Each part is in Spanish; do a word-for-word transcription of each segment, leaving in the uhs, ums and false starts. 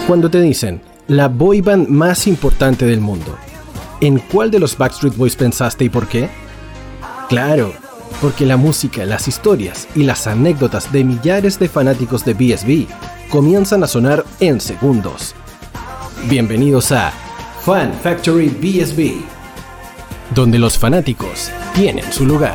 Cuando te dicen, la boy band más importante del mundo, ¿en cuál de los Backstreet Boys pensaste y por qué? Claro, porque la música, las historias y las anécdotas de millares de fanáticos de B S B comienzan a sonar en segundos. Bienvenidos a Fan Factory B S B, donde los fanáticos tienen su lugar.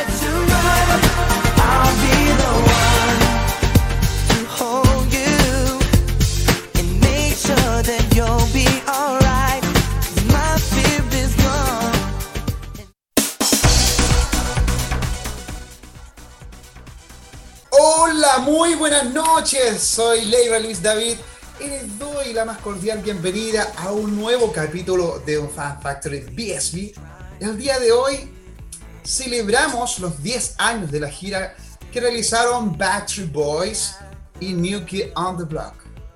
Hola, muy buenas noches, soy Leiva Luis David y les doy la más cordial bienvenida a un nuevo capítulo de un Fan Factory B S B. El día de hoy celebramos los diez años de la gira que realizaron Backstreet Boys y New Kid on the Block.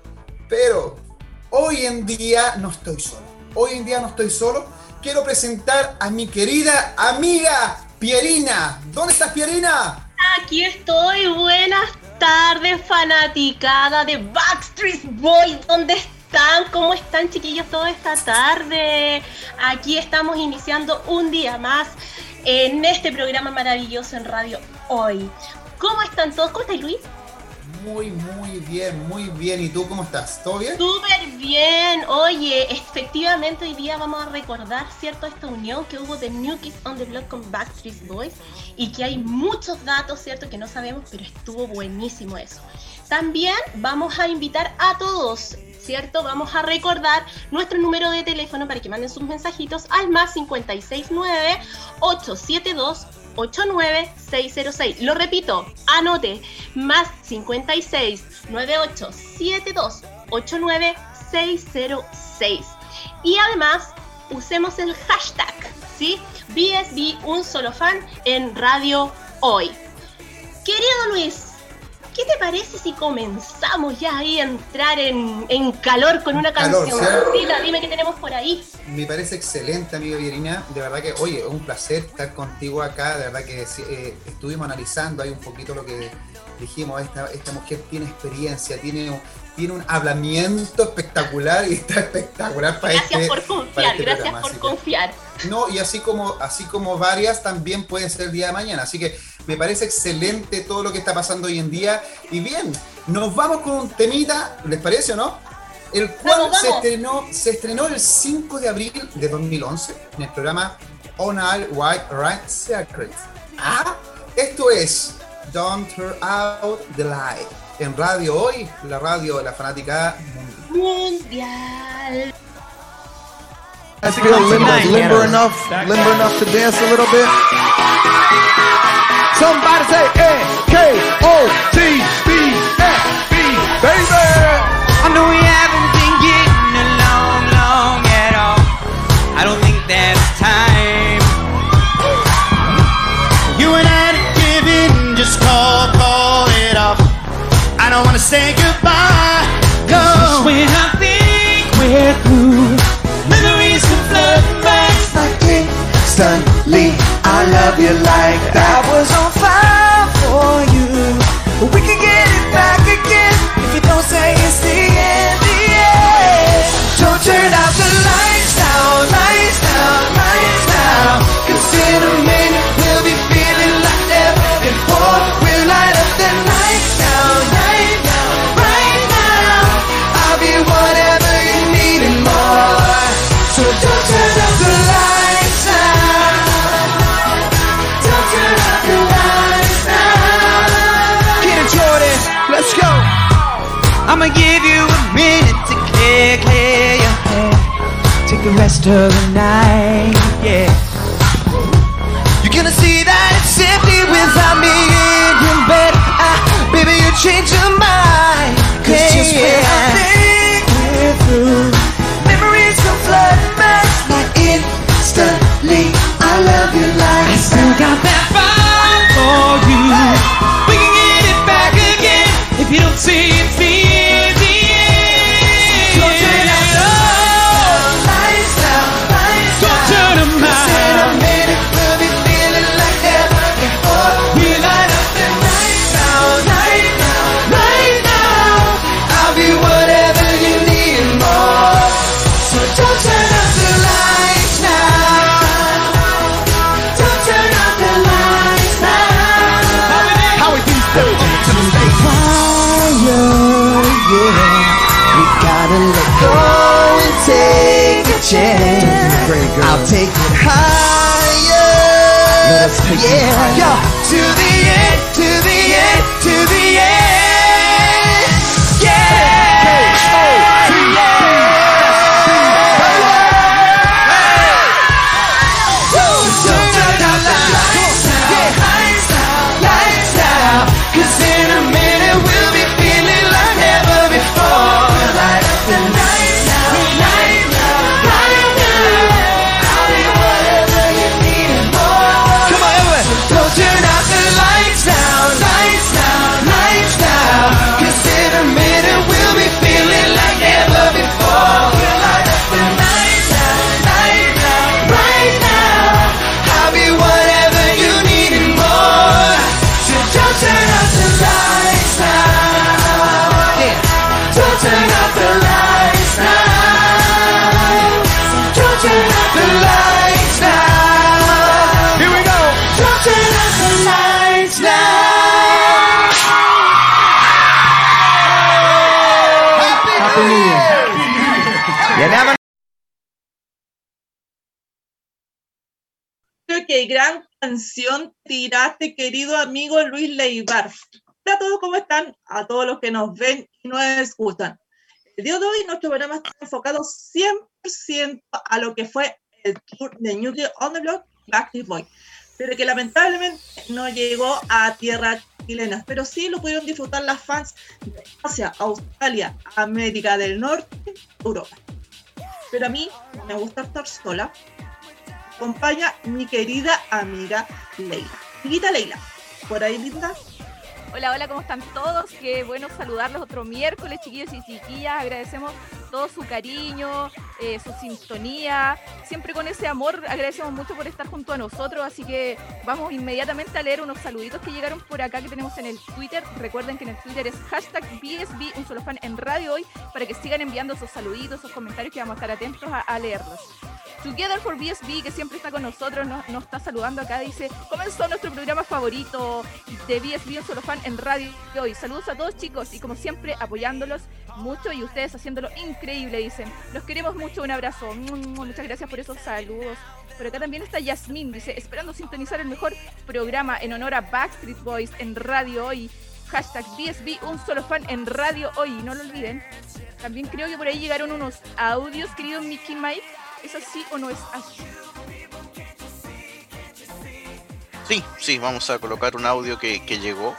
Pero hoy en día no estoy solo, hoy en día no estoy solo, quiero presentar a mi querida amiga Pierina. ¿Dónde estás, Pierina? Aquí estoy, buenas tardes, fanaticada de Backstreet Boys. ¿Dónde están? ¿Cómo están, chiquillos, toda esta tarde? Aquí estamos iniciando un día más en este programa maravilloso en Radio Hoy. ¿Cómo están todos? ¿Cómo estás, Luis? Muy, muy bien, muy bien. ¿Y tú cómo estás? ¿Todo bien? Súper bien. Oye, efectivamente hoy día vamos a recordar, ¿cierto?, esta unión que hubo de New Kids on the Block con Backstreet Boys y que hay muchos datos, ¿cierto?, que no sabemos, pero estuvo buenísimo eso. También vamos a invitar a todos, ¿cierto? Vamos a recordar nuestro número de teléfono para que manden sus mensajitos al más cinco seis nueve, ocho siete dos, ocho nueve seis cero seis. Lo repito, anote, más cinco seis nueve ocho siete dos ocho nueve seis cero seis. Y además, usemos el hashtag, ¿sí? B S B, un solo fan en Radio Hoy. Querido Luis, ¿qué te parece si comenzamos ya ahí a entrar en, en calor con una cancioncita? Dime qué tenemos por ahí. Me parece excelente, amiga Pierina. De verdad que, oye, es un placer estar contigo acá. De verdad que eh, estuvimos analizando ahí un poquito lo que dijimos. Esta, esta mujer tiene experiencia, tiene, tiene un hablamiento espectacular y está espectacular para gracias este por confiar, para este gracias programa. por Así confiar. Que, no, y así como, así como varias también pueden ser el día de mañana. Así que me parece excelente todo lo que está pasando hoy en día. Y bien, nos vamos con un temita, ¿les parece o no? El cual vamos, se, vamos. estrenó, se estrenó el cinco de abril de dos mil once en el programa On All White Right Secret. Ah, esto es Don't Turn Out the Light en Radio Hoy, la radio de la fanática mundial. I feel limber, limber enough, limber enough to dance a little bit. Somebody say A K O T B F B, baby. I know we haven't been getting along long at all. I don't think there's time. You and I to give in, just call, call it off. I don't wanna say goodbye. Go. When I think we're through, memories come flooding back like Instantly, I love you like that. I was on fire for you, but we can get it back again if you don't say it's the end, the end. Don't turn out the lights down, lights down, lights down. Consider a minute, we'll be feeling like never before. We'll light up the nights down, right now, right now. I'll be whatever you need and more. So don't turn out the lights down. Don't turn out the lights down. Kid Jordan, let's go. I'ma give you a minute to clear, clear your head. Take the rest of the night, yeah. You're gonna see that it's empty without me in your bed. Ah, baby, you change your mind. Cause yeah, just when I think we're through, memories come flooding back like instantly. I love you like I still got that fire for you. We can get it back again if you don't see it's the end, the end. Don't turn out the lights down, lights down. Don't turn them out. girl. I'll take it higher. Let us take Yeah, you higher. yeah. To the end, to the end, to the end. Yeah. K O T B So turn out the lights now, lights now, lights now. 'Cause in a minute we'll be feeling like never before. Light up the night now, light now, light now. I'll be whatever you need and more. Come on, everyone. So turn out the lights now, lights now, lights now. 'Cause in a minute we'll be feeling like never before. Light up the night now, light now, right now. I'll be whatever you need and more. So don't turn out the lights now. Yeah. Don't turn out the lights now. Don't turn out the lights now. Here we go. Don't turn out the lights now. Happy New Year. You never Qué gran canción tiraste, querido amigo Luis Leibar. Hola a todos, ¿cómo están? A todos los que nos ven y nos escuchan. El día de hoy nuestro programa está enfocado cien por ciento a lo que fue el tour de New Kids on the Block Backstreet Boys, pero que lamentablemente no llegó a tierras chilenas, pero sí lo pudieron disfrutar las fans de Asia, Australia, América del Norte, Europa. Pero a mí me gusta estar sola. Acompaña mi querida amiga Leila. Amiguita Leila, por ahí, linda. Hola, hola, ¿cómo están todos? Qué bueno saludarlos otro miércoles, chiquillos y chiquillas. Agradecemos todo su cariño, eh, su sintonía. Siempre con ese amor agradecemos mucho por estar junto a nosotros. Así que vamos inmediatamente a leer unos saluditos que llegaron por acá que tenemos en el Twitter. Recuerden que en el Twitter es hashtag B S B, un solo fan en Radio Hoy, para que sigan enviando sus saluditos, sus comentarios, que vamos a estar atentos a, a leerlos. Together for B S B, que siempre está con nosotros, nos, nos está saludando acá, dice: comenzó nuestro programa favorito de B S B, un solo fan en Radio Hoy. Saludos a todos, chicos, y como siempre apoyándolos mucho y ustedes haciéndolo increíble, dicen. Los queremos mucho, un abrazo. Muchas gracias por esos saludos. Pero acá también está Yasmín, dice: esperando sintonizar el mejor programa en honor a Backstreet Boys en Radio Hoy. Hashtag B S B, un solo fan en Radio Hoy, no lo olviden. También creo que por ahí llegaron unos audios, querido Mickey Mike. ¿Es así o no es así? Sí, sí, vamos a colocar un audio que, que llegó.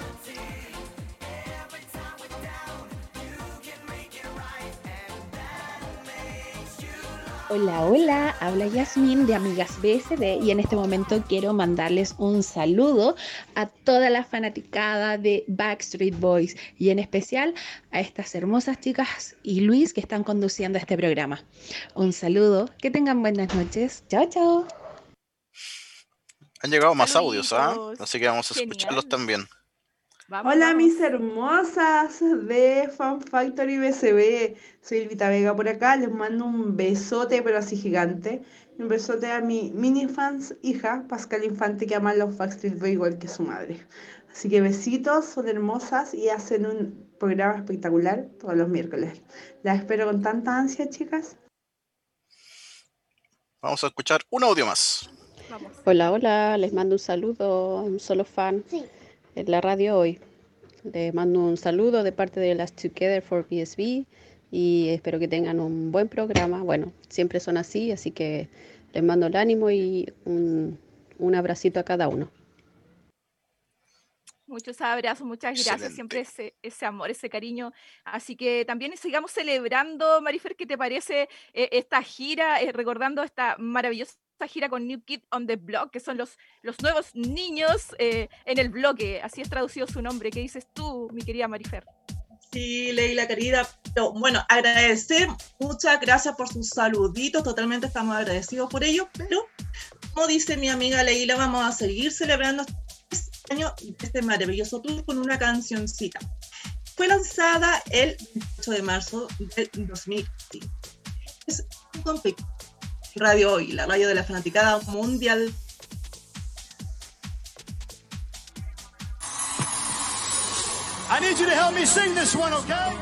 Hola, hola, habla Yasmín de Amigas B S B y en este momento quiero mandarles un saludo a toda la fanaticada de Backstreet Boys y en especial a estas hermosas chicas y Luis que están conduciendo este programa. Un saludo, que tengan buenas noches, chao, chao. Han llegado más Saluditos. audios, ¿ah? ¿eh? Así que vamos a Genial. escucharlos también. Vamos, Hola vamos. mis hermosas de Fan Factory B S B, soy Elvita Vega por acá, les mando un besote pero así gigante, un besote a mi mini fans hija, Pascal Infante, que ama a los Backstreet Boys igual que su madre. Así que besitos, son hermosas y hacen un programa espectacular todos los miércoles. Las espero con tanta ansia, chicas. Vamos a escuchar un audio más. Vamos. Hola, hola, les mando un saludo a un solo fan en la radio hoy. Les mando un saludo de parte de las Together for B S B y espero que tengan un buen programa. Bueno, siempre son así, así que les mando el ánimo y un, un abracito a cada uno. Muchos abrazos, muchas gracias, Excelente. siempre ese, ese amor, ese cariño. Así que también sigamos celebrando, Marifer, ¿qué te parece eh, esta gira, eh, recordando esta maravillosa gira con New Kids on the Block, que son los, los nuevos niños eh, en el bloque? Así es traducido su nombre. ¿Qué dices tú, mi querida Marifer? Sí, Leila, querida. Pero, bueno, agradecer, muchas gracias por sus saluditos, totalmente estamos agradecidos por ello, pero como dice mi amiga Leila, vamos a seguir celebrando este año este maravilloso tour con una cancioncita. Fue lanzada el veintiocho de marzo del dos mil cinco. Es un completo. Radio Hoy, la radio de la fanaticada mundial. I need you to help me sing this one, okay?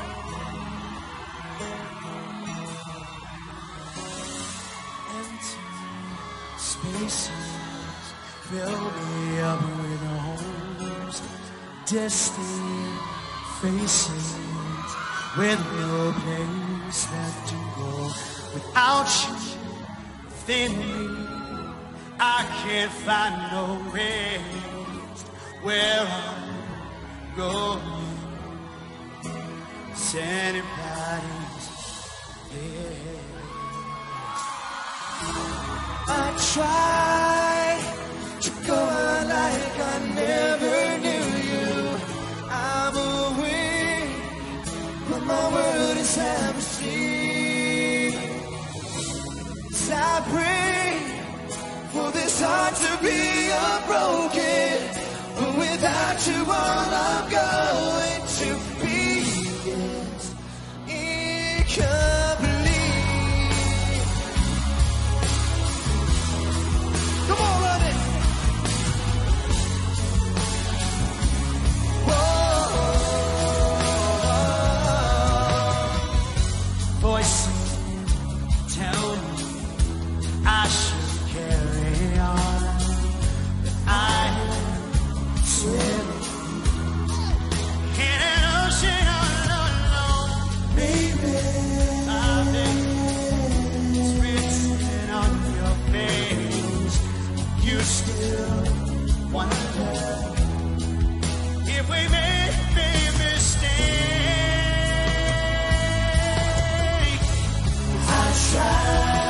fill me up with homes, distant faces, with no place left to go. Without you within me, I can't find no rest. Where I'm going, is anybody's guess. I try to go on like I never knew you. I'm away, but my world is empty. So I pray for this heart to be unbroken, but without you all I'm going to be is incomplete. Come on, run it. Whoa. Voices tell me I should carry on, but I swim in an ocean all alone. Baby, I've been written on your face. You still wonder if we made a mistake. I tried.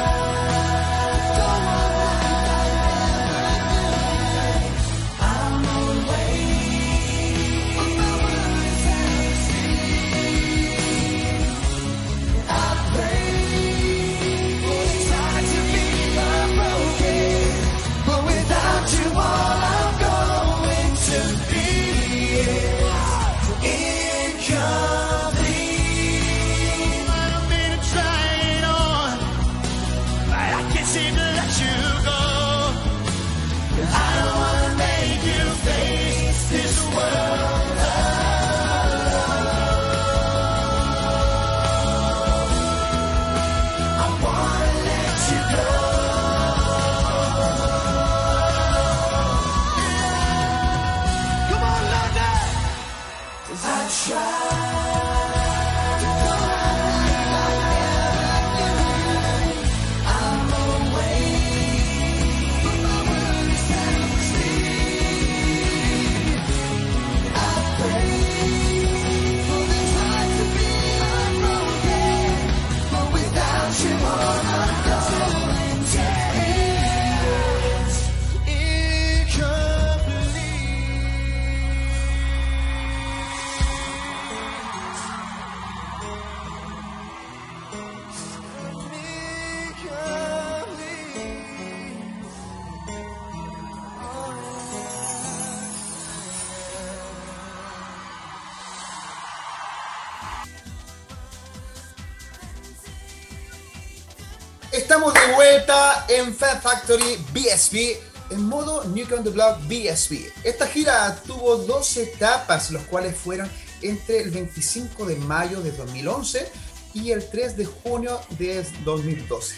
Estamos de vuelta en Fan Factory B S B en modo New Kid on the Block B S B. Esta gira tuvo dos etapas, los cuales fueron entre el veinticinco de mayo de dos mil once y el tres de junio de dos mil doce.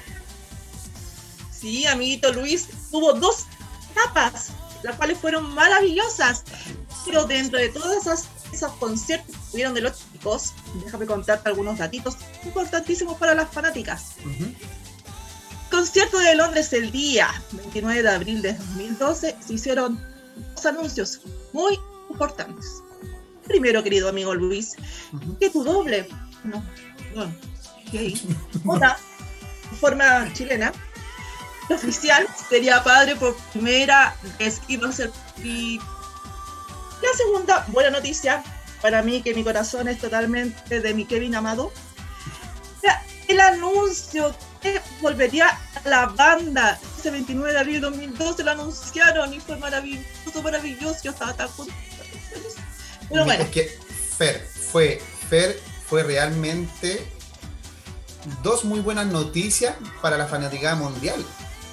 Sí, amiguito Luis, tuvo dos etapas, las cuales fueron maravillosas, pero dentro de todas esas esos conciertos que tuvieron de los chicos, déjame contarte algunos datitos importantísimos para las fanáticas. Uh-huh. Concierto de Londres el día veintinueve de abril de dos mil doce se hicieron dos anuncios muy importantes. Primero, querido amigo Luis, uh-huh. que tu doble, no, no, gay, una forma chilena, el oficial sería padre por primera vez que iba a ser. Y la segunda buena noticia para mí, que mi corazón es totalmente de mi Kevin amado, el anuncio que volvería a la banda ese veintinueve de abril de dos mil doce, lo anunciaron y fue maravilloso, maravilloso, yo estaba tan contenta. Pero bueno. Es que Fer, fue, Fer fue realmente dos muy buenas noticias para la fanaticada mundial.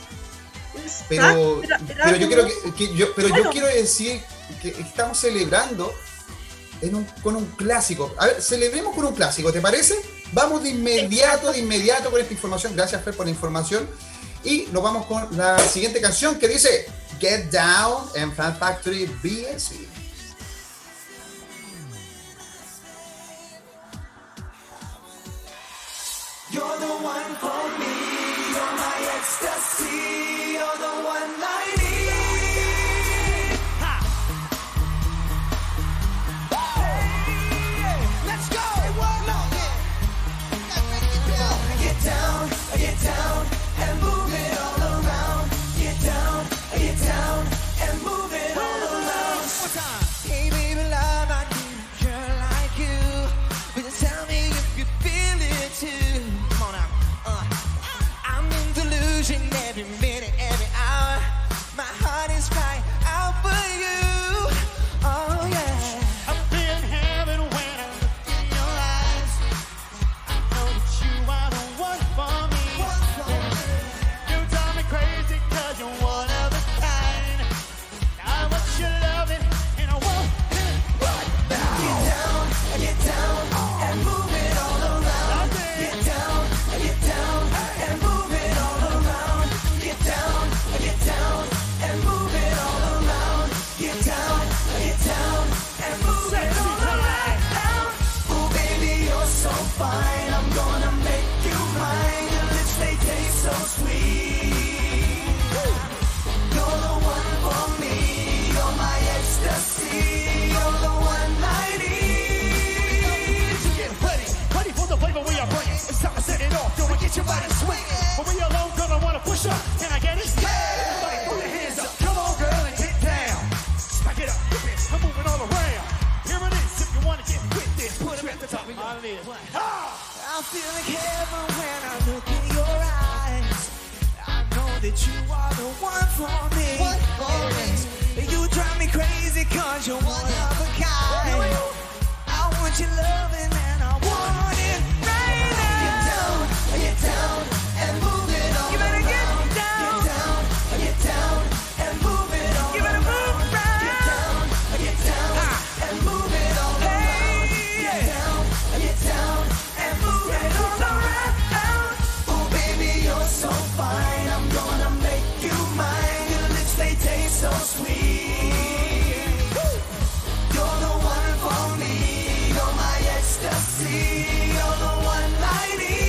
Pero, era, era pero yo quiero que, que yo, pero bueno. yo quiero decir que estamos celebrando en un, con un clásico. A ver, celebremos con un clásico, ¿te parece? Vamos de inmediato, de inmediato con esta información. Gracias, Fer, por la información. Y nos vamos con la siguiente canción que dice Get Down en Fan Factory B S B. You're the one for me, you're my ecstasy, you're the one I need. Ha. Hey, let's go. One more. Get down, get down, and move it all around. Get down, get down, and move it all around. One time. Hey baby, love, I need a girl like you. But just tell me if you feel it too. Every minute, every hour, my heart is crying out for you. Oh yeah. I feel heaven when I look in your eyes. I know that you are the one for me. One for me. You drive me crazy 'cause you're one of a kind. I want your loving and I want it right now. Get down, get down, and move it all around. Get down, get down, and move it all around. Get down, get down, and move it all around. Get down, get down, and move it all around. Oh baby, you're so fine. I'm gonna make you mine. Your lips, they taste so sweet. You're the one for me. You're my ecstasy. You're the one I need. So get ready, ready for the flavor we are bringing. It's time to set it off. Don't get your body swinging. When we alone, gonna wanna push up. Can I get it? Yeah! Everybody put your hands up. Come on, girl, and get down. Smack it up. I'm moving all around. Here it is. If you wanna get with this, put it at the top of your list. I feel like heaven when I look in your eyes. I know that you are the one for me. One for me. You drive me crazy 'cause you're one of a kind. I want your loving and I want it right now. Get down, get down, and move it all. You better get down, get down, get down, and move it all. You better move right. Get down, get down, and move it all around. Get down, get down, and move it all around. Oh baby, you're so fine. I'm gonna make you mine. Your lips, they taste so sweet. You're the one for me. You're my ecstasy. You're the one I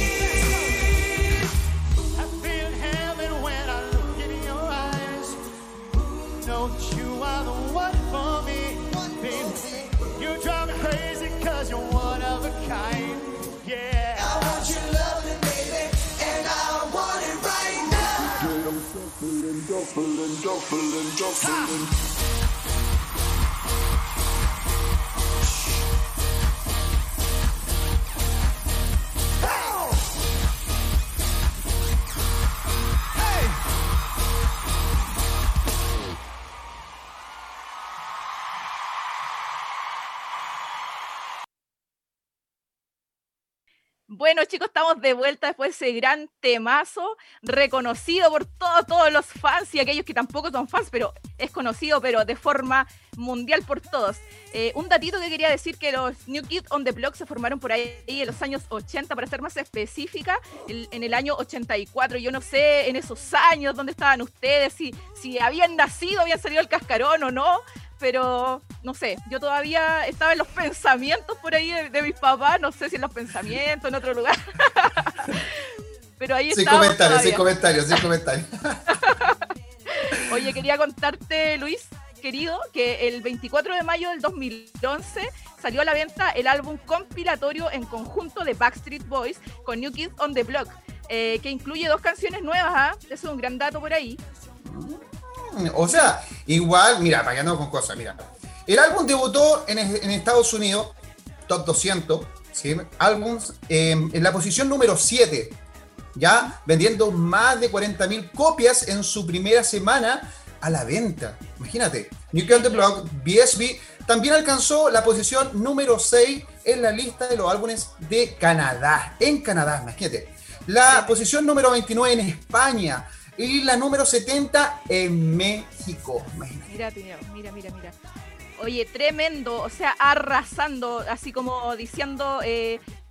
need. I feel heaven when I look in your eyes. Know that you are the one for me, baby. You drive me crazy 'cause you're one of a kind. Yeah. I want your loving, baby, and I want it right now. Shuffling, shuffling, shuffling, shuffling. Bueno, chicos, estamos de vuelta después de ese gran temazo, reconocido por todos, todos los fans y aquellos que tampoco son fans, pero es conocido, pero de forma mundial por todos. Eh, un datito que quería decir, que los New Kids on the Block se formaron por ahí en los años ochenta, para ser más específica, el, en el año ochenta y cuatro. Yo no sé en esos años dónde estaban ustedes, si, si habían nacido, habían salido el cascarón o no, pero no sé, yo todavía estaba en los pensamientos por ahí de, de mis papás, no sé si en los pensamientos, en otro lugar. Pero ahí sin estaba. Comentarios, sin comentarios, sin comentarios. Oye, quería contarte, Luis, querido, que el veinticuatro de mayo del dos mil once salió a la venta el álbum compilatorio en conjunto de Backstreet Boys con New Kids on the Block, eh, que incluye dos canciones nuevas, ¿ah? ¿eh? Eso es un gran dato por ahí. O sea, igual, mira, para que no con cosas, mira. El álbum debutó en, en Estados Unidos, Top doscientos, ¿sí? Álbums, eh, en la posición número siete, ya vendiendo más de cuarenta mil copias en su primera semana a la venta. Imagínate, New Kids on the Block, B S B, también alcanzó la posición número seis en la lista de los álbumes de Canadá. En Canadá, imagínate. La posición número veintinueve en España. Y la número setenta en México. Mira, mira, mira, mira. Oye, tremendo, o sea, arrasando, así como diciendo, eh,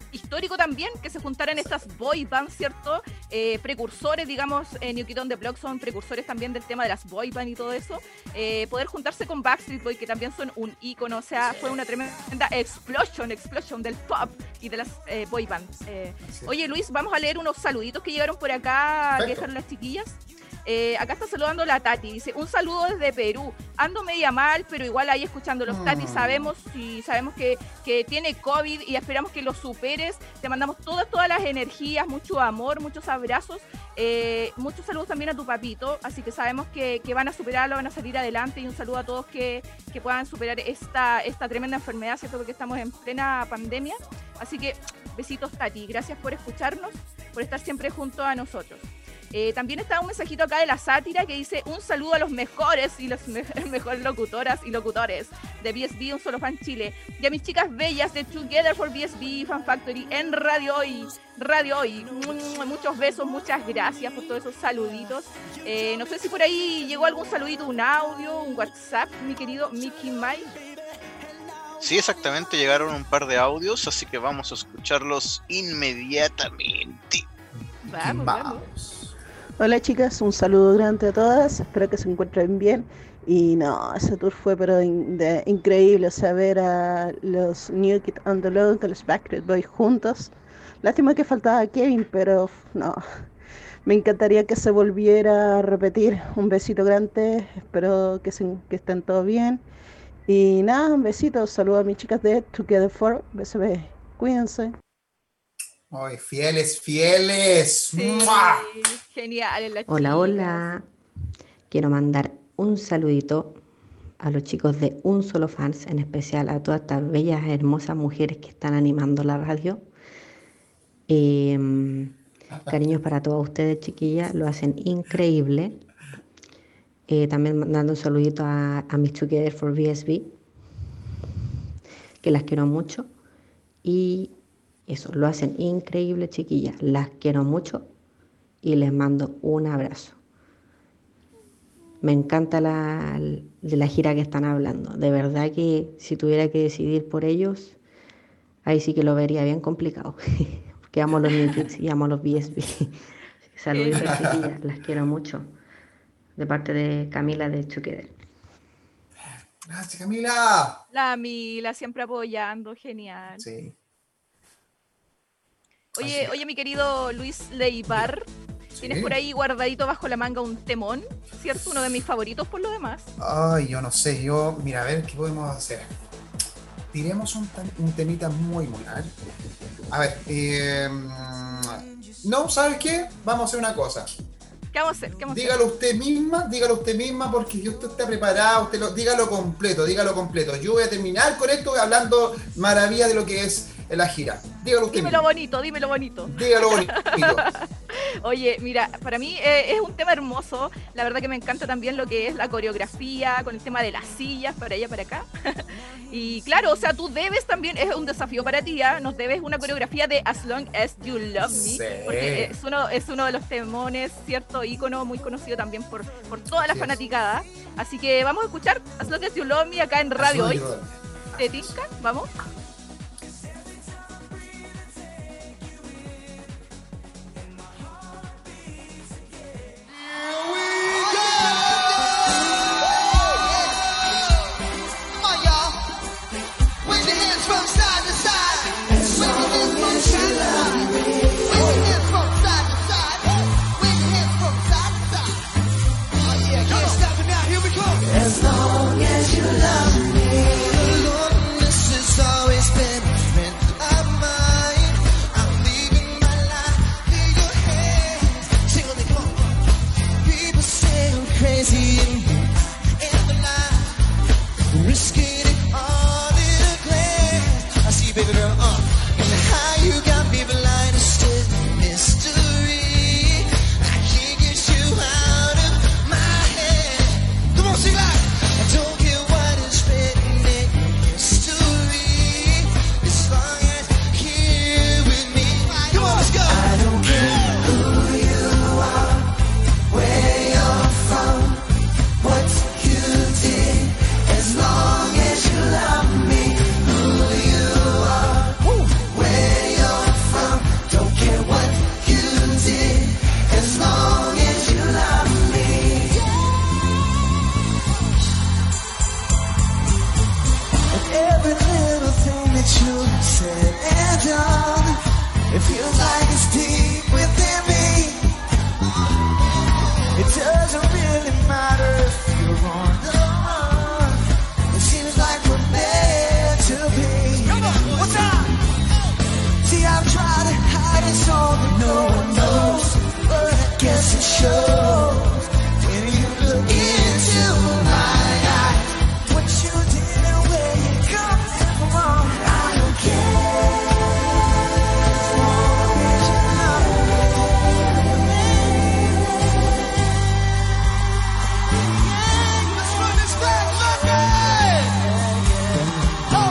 histórico también que se juntaran estas boy bands, ¿cierto? Eh, precursores, digamos, eh, New Kid on the Block son precursores también del tema de las boy band y todo eso. Eh, poder juntarse con Backstreet Boys, que también son un ícono, o sea, fue una tremenda explosion, explosion del pop y de las eh, boy bands. Eh, Sí. Oye, Luis, vamos a leer unos saluditos que llegaron por acá, que Perfecto. dejaron las chiquillas. Eh, acá está saludando la Tati, dice, un saludo desde Perú, ando media mal, pero igual ahí escuchando los Tati, Mm. sabemos y sabemos que, que tiene COVID y esperamos que lo superes, te mandamos todas, todas las energías, mucho amor, muchos abrazos, eh, muchos saludos también a tu papito, así que sabemos que, que van a superarlo, van a salir adelante, y un saludo a todos que, que puedan superar esta, esta tremenda enfermedad, ¿cierto? Porque estamos en plena pandemia, así que besitos Tati, gracias por escucharnos, por estar siempre junto a nosotros. Eh, también está un mensajito acá de la sátira que dice un saludo a los mejores y las me mejores locutoras y locutores de B S B, un solo fan Chile, y a mis chicas bellas de Together for B S B Fan Factory en Radio Hoy, Radio Hoy. Muchos besos, muchas gracias por todos esos saluditos. Eh, no sé si por ahí llegó algún saludito, un audio, un WhatsApp, mi querido Mickey Mike. Sí, exactamente, llegaron un par de audios, así que vamos a escucharlos inmediatamente. Vamos, vamos. Hola chicas, un saludo grande a todas, espero que se encuentren bien. Y no, ese tour fue pero in- de- increíble, o sea, ver a los New Kid on the Block, a los Backstreet Boys juntos. Lástima que faltaba Kevin, pero no, me encantaría que se volviera a repetir. Un besito grande, espero que, se, que estén todos bien. Y nada, un besito, saludo a mis chicas de Together for B S B, cuídense. Ay, fieles, fieles. Sí, ¡Mua! genial. La Hola, chica. hola. Quiero mandar un saludito a los chicos de Un Solo Fans, en especial a todas estas bellas, hermosas mujeres que están animando la radio. Eh, cariños para todos ustedes, chiquillas, lo hacen increíble. Eh, también mandando un saludito a, a mis Together for B S B, que las quiero mucho. Y eso, lo hacen increíble, chiquillas. Las quiero mucho y les mando un abrazo. Me encanta la, de la gira que están hablando. De verdad que si tuviera que decidir por ellos, ahí sí que lo vería bien complicado. Porque amo a los New Kids y amo a los B S B. Saluditos, chiquillas, las quiero mucho. De parte de Camila de Together. Gracias, Camila. La Mila siempre apoyando, genial. Sí. Oye, Así. oye, mi querido Luis Leibar, tienes Sí. por ahí guardadito bajo la manga un temón, ¿cierto? Uno de mis favoritos por lo demás. Ay, yo no sé, yo, mira, a ver qué podemos hacer. Tiremos un, tam- un temita muy, muy. A ver, a ver eh, no, ¿sabes qué? Vamos a hacer una cosa. ¿Qué vamos a hacer? ¿Qué vamos a Dígalo usted misma, dígalo usted misma, porque yo usted está preparado, usted lo, dígalo completo, dígalo completo. Yo voy a terminar con esto hablando maravilla de lo que es la gira. Dígalo usted Dímelo misma. bonito, dímelo bonito. Dígalo bonito. Oye, mira, para mí eh, es un tema hermoso. La verdad que me encanta también lo que es la coreografía, con el tema de las sillas, para allá, para acá. Y claro, o sea, tú debes también, es un desafío para ti, ¿eh? Nos debes una coreografía de As Long As You Love Me, Sí. porque es uno, es uno de los temones, cierto, ícono muy conocido también por, por toda la Así es. fanaticada. Así que vamos a escuchar As Long As You Love Me acá en Radio Hoy. ¿Te tinca? Vamos. As long as you love me, loneliness has always been a friend of mine. I'm leaving my life in your hands. Sing with me, come on. People say I'm crazy and in the life, risking it all in a glance. I see you, baby girl, uh, and how you got me blind is still a mystery. I can't get you out of my head. Come on, sing that. I don't care what is written in history, as long as you're here with me. Come on, let's go. I don't care who you are, where you're from, what you did, as long as you love me. Who you are, every little thing that you said and done. It feels like it's deep within me. It doesn't really matter if you're on the run. It seems like we're meant to be. Come on, what's up? See, I've tried to hide it so that no one knows, but I guess it shows when you look into my eyes. What you did and where you come from, I don't care. Just wanna get you love. Yeah, let's run this back, look at it. Oh.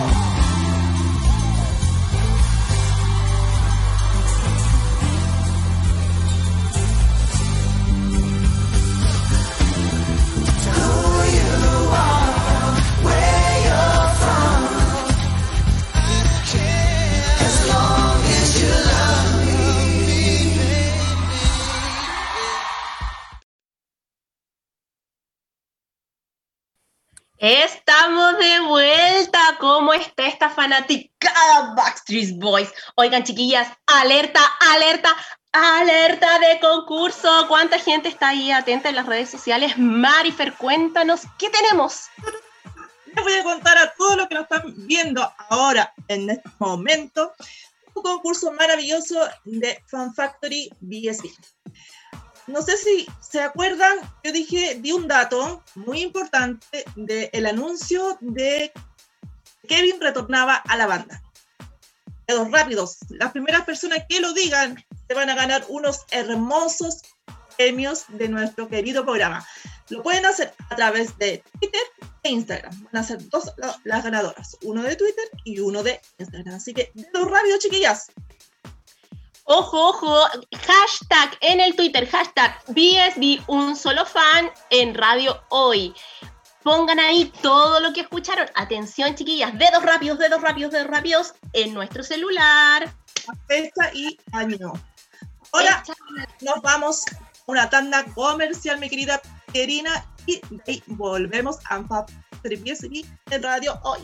Estamos de vuelta. ¿Cómo está esta fanaticada Backstreet Boys? Oigan, chiquillas, alerta, alerta, alerta de concurso. ¿Cuánta gente está ahí atenta en las redes sociales? Marifer, cuéntanos, ¿qué tenemos? Les voy a contar a todos los que nos están viendo ahora, en este momento, un concurso maravilloso de Fan Factory B S B. No sé si se acuerdan, yo dije, di un dato muy importante del anuncio de Kevin retornaba a la banda. Dedos rápidos, las primeras personas que lo digan se van a ganar unos hermosos premios de nuestro querido programa. Lo pueden hacer a través de Twitter e Instagram. Van a ser dos las ganadoras, uno de Twitter y uno de Instagram. Así que dedos rápidos, chiquillas. Ojo, ojo, hashtag en el Twitter, hashtag B S B, un solo fan en Radio Hoy. Pongan ahí todo lo que escucharon. Atención, chiquillas, dedos rápidos, dedos rápidos, dedos rápidos en nuestro celular. Fecha y año. Ahora nos vamos a una tanda comercial, mi querida Querina, y de ahí volvemos a B S B en Radio Hoy.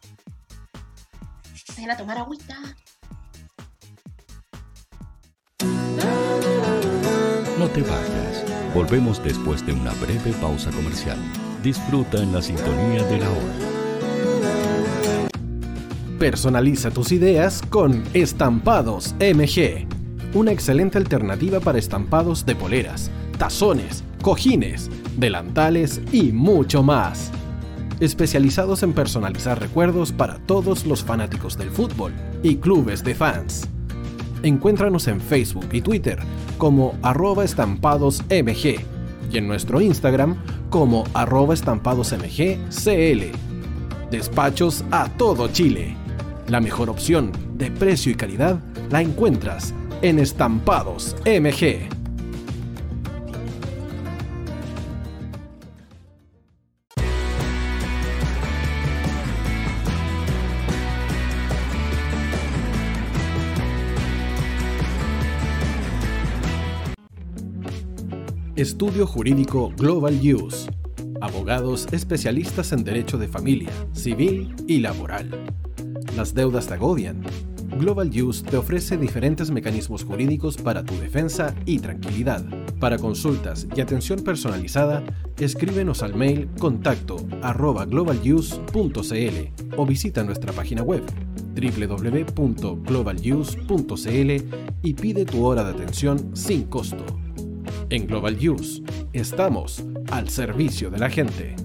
Vayan a tomar agüita. No te vayas. Volvemos después de una breve pausa comercial. Disfruta en la sintonía de la hora. Personaliza tus ideas con Estampados M G. Una excelente alternativa para estampados de poleras, tazones, cojines, delantales y mucho más. Especializados en personalizar recuerdos para todos los fanáticos del fútbol y clubes de fans. Encuéntranos en Facebook y Twitter como arroba estampadosmg y en nuestro Instagram como arroba estampadosmgcl. Despachos a todo Chile. La mejor opción de precio y calidad la encuentras en Estampados M G. Estudio Jurídico Global Use. Abogados especialistas en derecho de familia, civil y laboral. Las deudas te agobian. Global Use te ofrece diferentes mecanismos jurídicos para tu defensa y tranquilidad. Para consultas y atención personalizada, escríbenos al mail contacto arroba globaluse punto cl o visita nuestra página web doble u doble u doble u punto global use punto cl y pide tu hora de atención sin costo. En Global Use, estamos al servicio de la gente.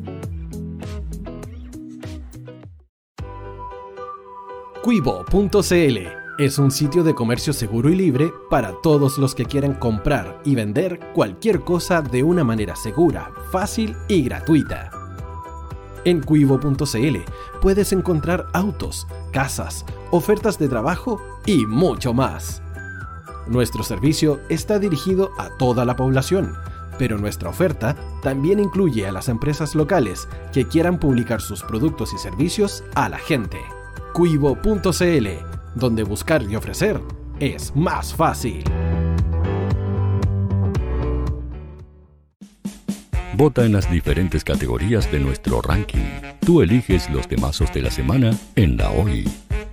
Quibo punto cl es un sitio de comercio seguro y libre para todos los que quieran comprar y vender cualquier cosa de una manera segura, fácil y gratuita. En Quibo punto cl puedes encontrar autos, casas, ofertas de trabajo y mucho más. Nuestro servicio está dirigido a toda la población, pero nuestra oferta también incluye a las empresas locales que quieran publicar sus productos y servicios a la gente. Quibo punto cl, donde buscar y ofrecer es más fácil. Vota en las diferentes categorías de nuestro ranking. Tú eliges los temazos de la semana en La Hoy.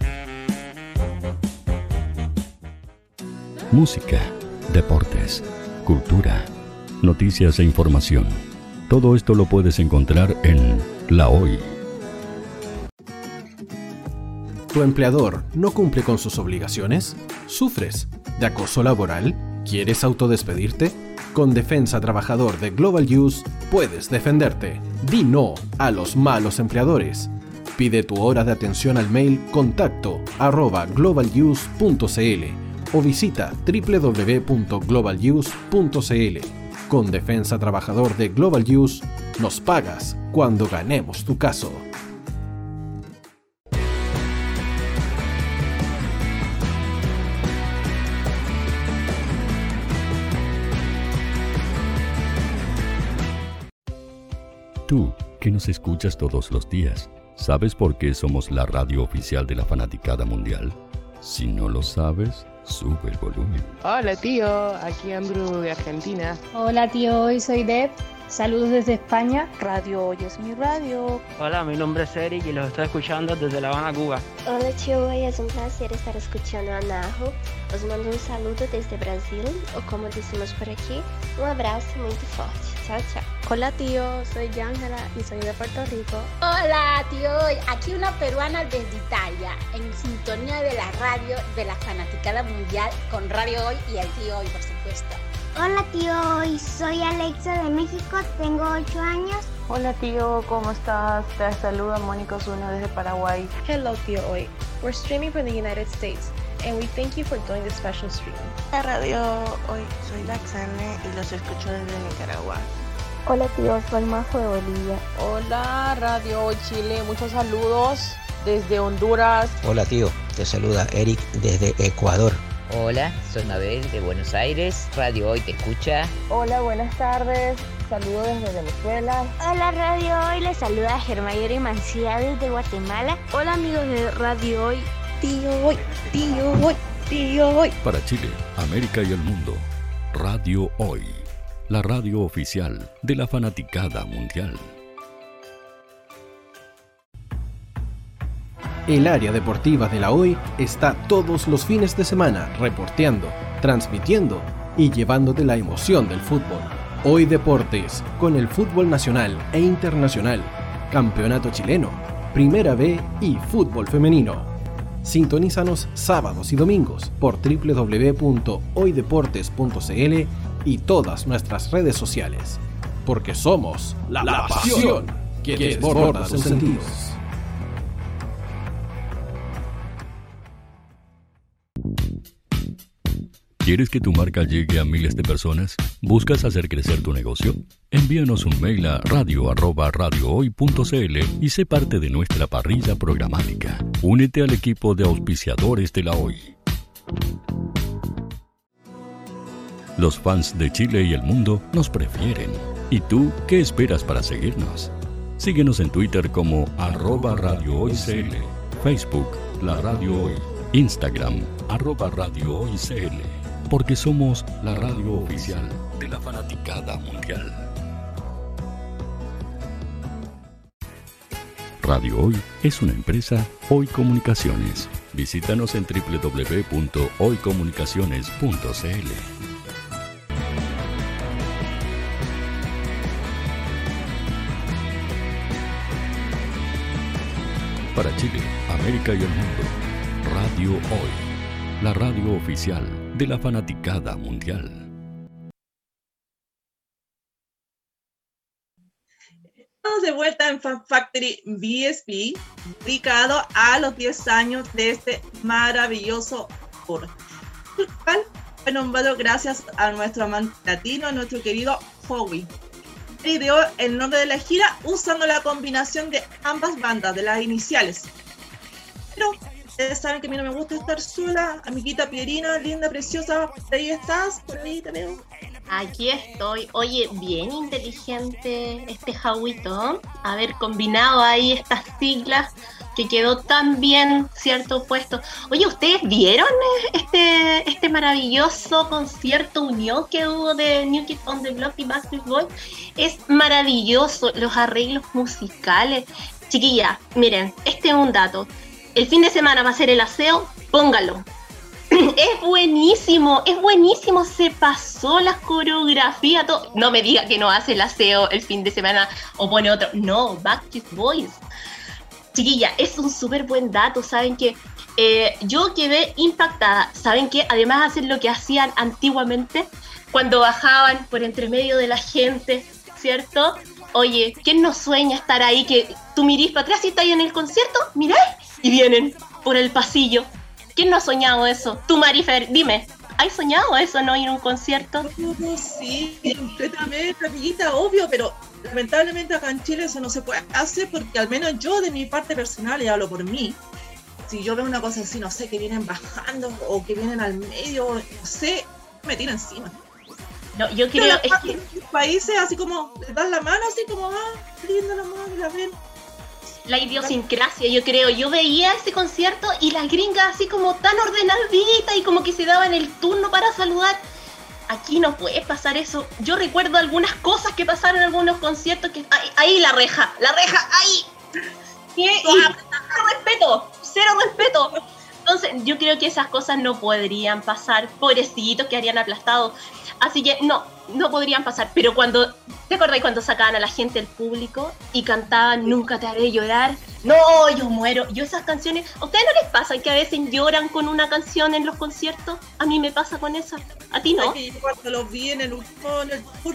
Música, deportes, cultura, noticias e información. Todo esto lo puedes encontrar en La Hoy. ¿Tu empleador no cumple con sus obligaciones? ¿Sufres de acoso laboral? ¿Quieres autodespedirte? Con Defensa Trabajador de Global Use puedes defenderte. Di no a los malos empleadores. Pide tu hora de atención al mail contacto arroba globaluse punto cl o visita doble u doble u doble u punto global use punto cl. Con Defensa Trabajador de Global Use, nos pagas cuando ganemos tu caso. Tú, que nos escuchas todos los días, ¿sabes por qué somos la radio oficial de la fanaticada mundial? Si no lo sabes, sube el volumen. Hola tío, aquí Andrew de Argentina. Hola tío, hoy soy Deb. Saludos desde España. Radio Hoy es mi radio. Hola, mi nombre es Eric y los estoy escuchando desde La Habana, Cuba. Hola tío, hoy es un placer estar escuchando a Najo. Os mando un saludo desde Brasil, o como decimos por aquí, un abrazo muy fuerte. Chao, chao. Hola tío, soy Ángela y soy de Puerto Rico. Hola tío, aquí una peruana desde Italia, en sintonía de la radio de la fanaticada mundial con Radio Hoy y el tío Hoy, por supuesto. Hola tío Hoy, soy Alexa de México, tengo ocho años. Hola tío, ¿cómo estás? Te saluda Mónica Osuna desde Paraguay. Hello tío Hoy, we're streaming from the United States and we thank you for doing this special stream. La Radio Hoy, soy Laxane y los escucho desde Nicaragua. Hola tío, soy Majo de Bolivia. Hola Radio Hoy Chile, muchos saludos desde Honduras. Hola tío, te saluda Eric desde Ecuador. Hola, soy Mabel de Buenos Aires, Radio Hoy te escucha. Hola, buenas tardes, saludos desde Venezuela. Hola Radio Hoy, les saluda Germayori Mancía desde Guatemala. Hola amigos de Radio Hoy, tío Hoy, tío Hoy, tío Hoy. Para Chile, América y el mundo, Radio Hoy, la radio oficial de la fanaticada mundial. El área deportiva de La Hoy está todos los fines de semana reporteando, transmitiendo y llevándote la emoción del fútbol. Hoy Deportes, con el fútbol nacional e internacional, campeonato chileno, Primera B y fútbol femenino. Sintonízanos sábados y domingos por doble u doble u doble u punto hoy deportes punto cl y todas nuestras redes sociales. Porque somos la, la pasión que desborda sus sentidos. ¿Quieres que tu marca llegue a miles de personas? ¿Buscas hacer crecer tu negocio? Envíanos un mail a radio arroba radio hoy punto cl y sé parte de nuestra parrilla programática. Únete al equipo de auspiciadores de La Hoy. Los fans de Chile y el mundo nos prefieren. ¿Y tú qué esperas para seguirnos? Síguenos en Twitter como arroba radio hoy cl, Facebook, La Radio Hoy, Instagram, arroba radio hoy cl. Porque somos la radio oficial de la fanaticada mundial. Radio Hoy es una empresa Hoy Comunicaciones. Visítanos en doble u doble u doble u punto hoy comunicaciones punto cl. Para Chile, América y el mundo, Radio Hoy, la radio oficial de la fanaticada mundial. Estamos de vuelta en Fan Factory B S B, dedicado a los diez años de este maravilloso tour, el cual fue nombrado gracias a nuestro amante latino, nuestro querido Howie. Ideó el nombre de la gira usando la combinación de ambas bandas, de las iniciales. Pero ustedes saben que a mí no me gusta estar sola. Amiguita Pierina, linda, preciosa, ¿por ahí estás? ¿Por ahí te veo? Aquí estoy. Oye, bien inteligente este Jauito. Haber combinado ahí estas siglas que quedó tan bien, ¿cierto? Puesto. Oye, ¿ustedes vieron este, este maravilloso concierto unión que hubo de New Kids on the Block y Backstreet Boys? Es maravilloso, los arreglos musicales. Chiquilla, miren, este es un dato. El fin de semana va a ser el aseo, póngalo. Es buenísimo, es buenísimo, se pasó la coreografía, todo. No me diga que no hace el aseo el fin de semana o pone otro. No, Backstreet Boys. Chiquilla, es un súper buen dato, ¿saben qué? Eh, yo quedé impactada, ¿saben qué? Además hacen lo que hacían antiguamente, cuando bajaban por entre medio de la gente, ¿cierto? Oye, ¿quién no sueña estar ahí? Que tú mirís para atrás y estás ahí en el concierto, miráis, y vienen por el pasillo. ¿Quién no ha soñado eso? Tú, Marifer, dime, ¿has soñado eso, no ir a un concierto? No, sí, completamente, amiguita, obvio, pero lamentablemente acá en Chile eso no se puede hacer porque al menos yo de mi parte personal, y hablo por mí, si yo veo una cosa así, no sé, que vienen bajando o que vienen al medio, no sé, me tiro encima. No, yo creo es que los países así como les dan la mano, así como, ah, linda la mano, la ven. La idiosincrasia, yo creo. Yo veía ese concierto y las gringas así como tan ordenaditas y como que se daban el turno para saludar. Aquí no puede pasar eso. Yo recuerdo algunas cosas que pasaron en algunos conciertos que... Ahí, ahí la reja, la reja, ahí. Y, y cero respeto, cero respeto. Entonces yo creo que esas cosas no podrían pasar. Pobrecitos que harían aplastado. Así que no, no podrían pasar. Pero cuando, ¿te acordás cuando sacaban a la gente del público y cantaban Nunca te haré llorar? No, yo muero. Yo esas canciones, ¿a ustedes no les pasa que a veces lloran con una canción en los conciertos? A mí me pasa con esa. ¿A ti no? Yo cuando los vi en el último, en el tour,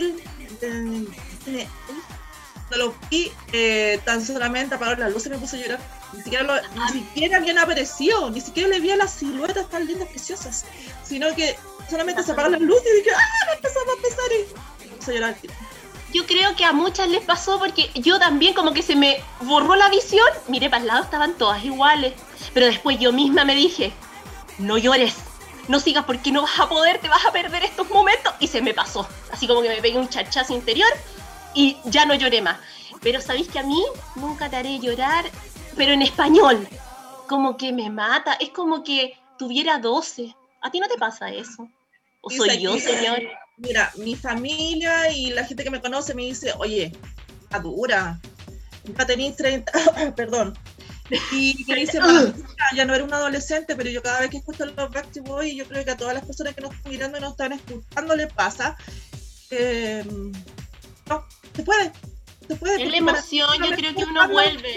en, en, cuando los vi, eh, tan solamente apagaron las luces me puse a llorar. Ni siquiera, lo, ni siquiera habían aparecido, ni siquiera le vi a las siluetas tan lindas, preciosas, sino que solamente se apagaron las luces y dije, ¡ah! Me empezó a pesar y me puse a llorar. Yo creo que a muchas les pasó porque yo también como que se me borró la visión, miré para el lado, estaban todas iguales, pero después yo misma me dije, no llores, no sigas porque no vas a poder, te vas a perder estos momentos, y se me pasó, así como que me pegué un chachazo interior y ya no lloré más. Pero sabéis que a mí nunca te haré llorar, pero en español, como que me mata, es como que tuviera doce. ¿A ti no te pasa eso? ¿O soy Dice, yo, señor? Mira, mi familia y la gente que me conoce me dice, oye, está dura, ya tenés treinta, perdón, y me dice, ya no eres un adolescente, pero yo cada vez que escucho los Backstreet Boys, yo creo que a todas las personas que nos están mirando y nos están escuchando les pasa, eh, no, se puede, se puede. Es la emoción, yo creo que uno vuelve.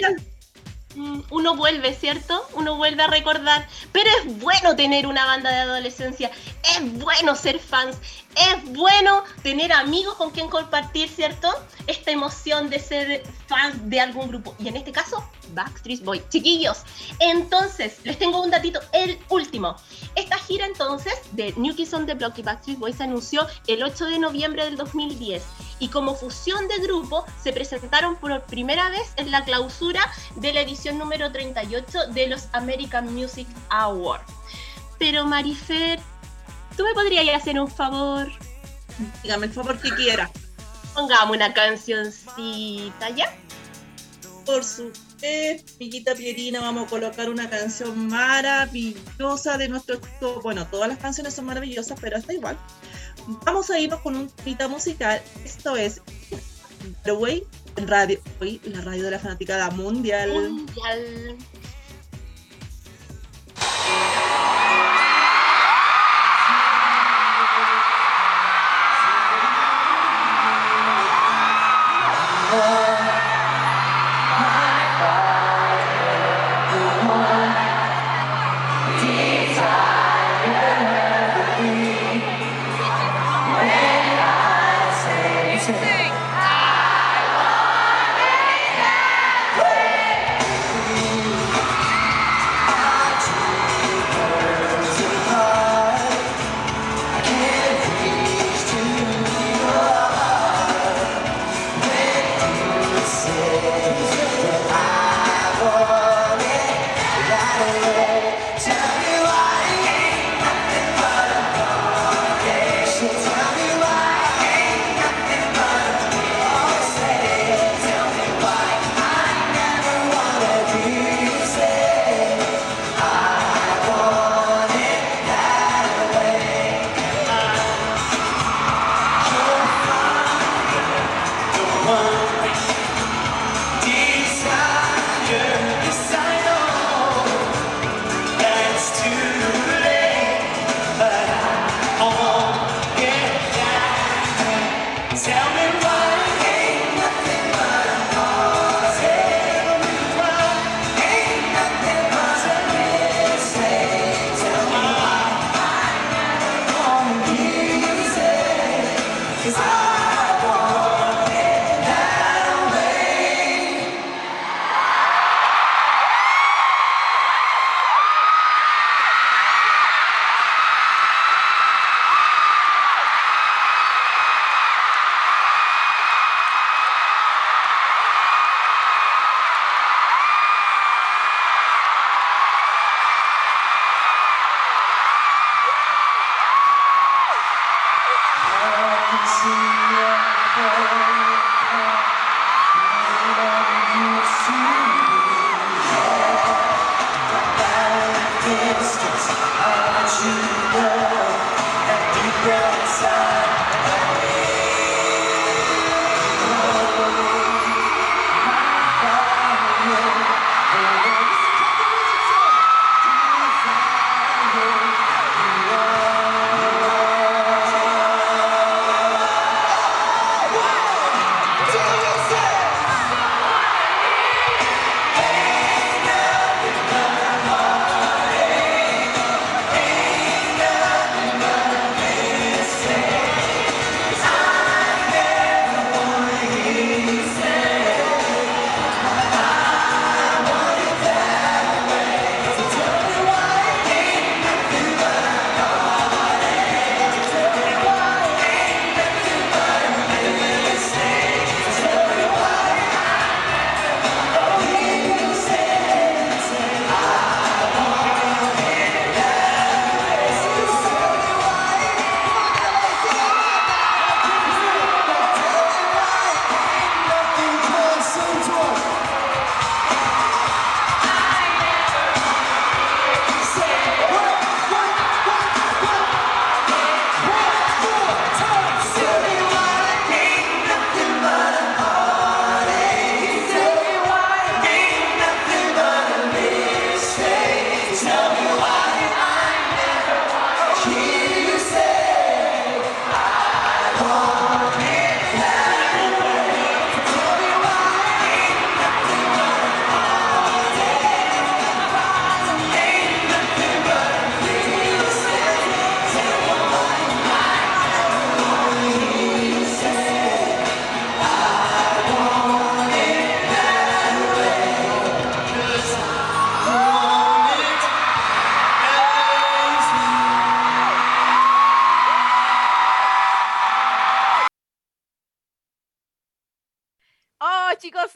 Uno vuelve, ¿cierto? Uno vuelve a recordar. Pero es bueno tener una banda de adolescencia. Es bueno ser fans. Es bueno tener amigos con quien compartir, ¿cierto? Esta emoción de ser fans de algún grupo. Y en este caso, Backstreet Boys. Chiquillos, entonces, les tengo un datito, el último. Esta gira entonces de New Kids on the Block y Backstreet Boys se anunció el ocho de noviembre del dos mil diez. Y como fusión de grupo, se presentaron por primera vez en la clausura de la edición número treinta y ocho de los American Music Awards. Pero Marifer, ¿tú me podrías hacer un favor? Dígame el favor que quiera. Pongamos una cancioncita, ¿ya? Por supuesto, amiguita Pierina, vamos a colocar una canción maravillosa de nuestro... Bueno, todas las canciones son maravillosas, pero esta igual. Vamos a irnos con un temita musical. Esto es Broadway en Radio Hoy, la radio de la fanaticada mundial. Mundial. I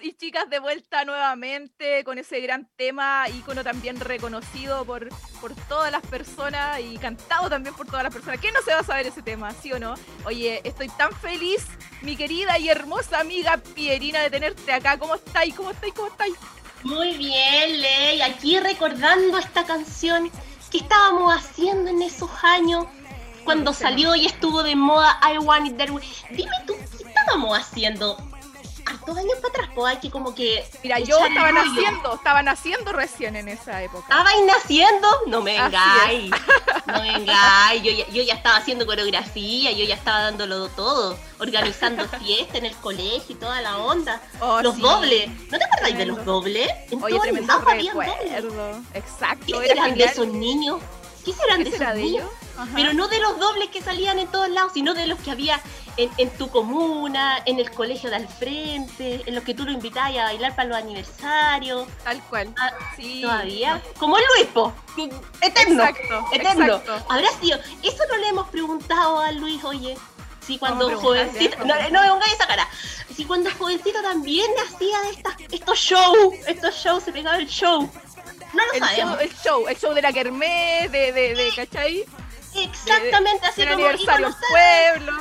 mis chicas de vuelta nuevamente con ese gran tema, ícono también reconocido por, por todas las personas y cantado también por todas las personas. ¿Quién no se va a saber ese tema, sí o no? Oye, estoy tan feliz, mi querida y hermosa amiga Pierina, de tenerte acá. ¿Cómo estáis? ¿Cómo estáis? ¿Cómo estáis? Muy bien, Ley, aquí recordando esta canción que estábamos haciendo en esos años cuando salió y estuvo de moda I Want It That Way. Dime tú, ¿qué estábamos haciendo? Hartos años para atrás, pues hay que como que... Mira, yo estaba naciendo, estaba naciendo recién en esa época. ¿Estabais naciendo? No me vengáis, no me vengáis, yo ya, yo ya estaba haciendo coreografía, yo ya estaba dándolo todo, organizando fiesta en el colegio y toda la onda. Oh, los sí. dobles, ¿no te acordáis de los dobles? En Oye, tremendo recuerdo. Exacto. ¿Qué serán de esos niños? ¿Qué serán ¿Qué de esos niños? Ajá. Pero no de los dobles que salían en todos lados, sino de los que había en, en tu comuna, en el colegio de al frente, en los que tú lo invitabas a bailar para los aniversarios. Tal cual. Ah, sí. Todavía. Como el Luis, po. Eterno. Exacto. Eterno. Exacto. Habrá sido. Eso no le hemos preguntado a Luis, oye. Si cuando jovencito. No, no me pongáis esa cara. Si cuando jovencito también hacía de estas, estos shows. Estos shows, se pegaba el show. No lo el sabemos. Show, el show, el show de la kermés, de, de, de, ¿cachai? Exactamente, así como aniversario del pueblo.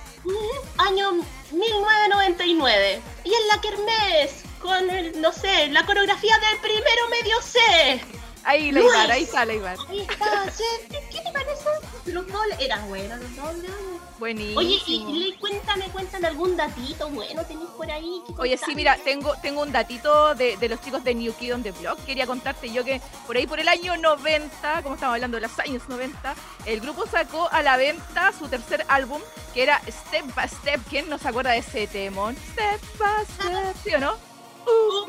Año mil novecientos noventa y nueve. Y en la kermés, con el, no sé, la coreografía del primero medio C. Ahí, Leibar, ahí está Leibar. Ahí está, ¿qué te parece? Los dobles eran buenos, los dobles. Buenísimo. Oye, y, y cuéntame, cuéntame algún datito bueno tenés por ahí. Oye, sí, mira, tengo tengo un datito de, de los chicos de New Kid on the Block. Quería contarte yo que por ahí por el año noventa, como estamos hablando de los años noventa, el grupo sacó a la venta su tercer álbum, que era Step by Step. ¿Quién no se acuerda de ese temón? Step by Step, ¿sí o no? Uh,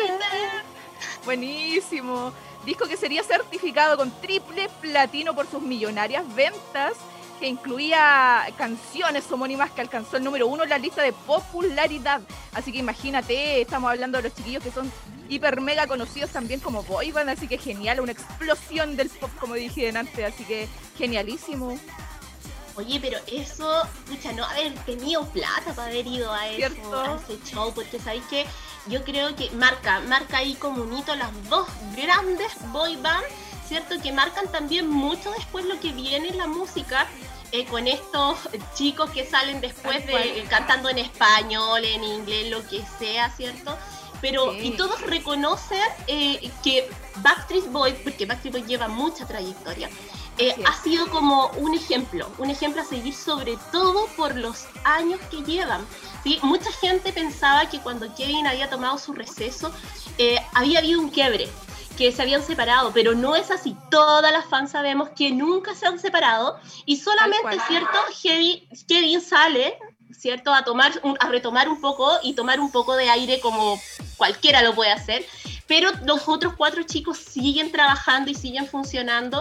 Buenísimo. Disco que sería certificado con triple platino por sus millonarias ventas, que incluía canciones homónimas que alcanzó el número uno en la lista de popularidad. Así que imagínate, estamos hablando de los chiquillos que son hiper mega conocidos también como boy band, así que genial, una explosión del pop, como dije antes, así que genialísimo. Oye, pero eso, escucha, no haber tenido plata para haber ido a, eso, a ese show, porque sabéis que yo creo que marca, marca ahí como un hito las dos grandes boy bands, ¿cierto? Que marcan también mucho después lo que viene en la música, eh, con estos chicos que salen después de eh, cantando en español, en inglés, lo que sea, ¿cierto? Pero, sí. Y todos reconocen eh, que Backstreet Boys, porque Backstreet Boys lleva mucha trayectoria, Eh, ha sido como un ejemplo, un ejemplo a seguir, sobre todo por los años que llevan, ¿sí? Mucha gente pensaba que cuando Kevin había tomado su receso, eh, había habido un quiebre, que se habían separado, pero no es así. Todas las fans sabemos que nunca se han separado y solamente, ¿cierto? Kevin, Kevin sale, ¿cierto? A, tomar un, a retomar un poco y tomar un poco de aire como cualquiera lo puede hacer, pero los otros cuatro chicos siguen trabajando y siguen funcionando,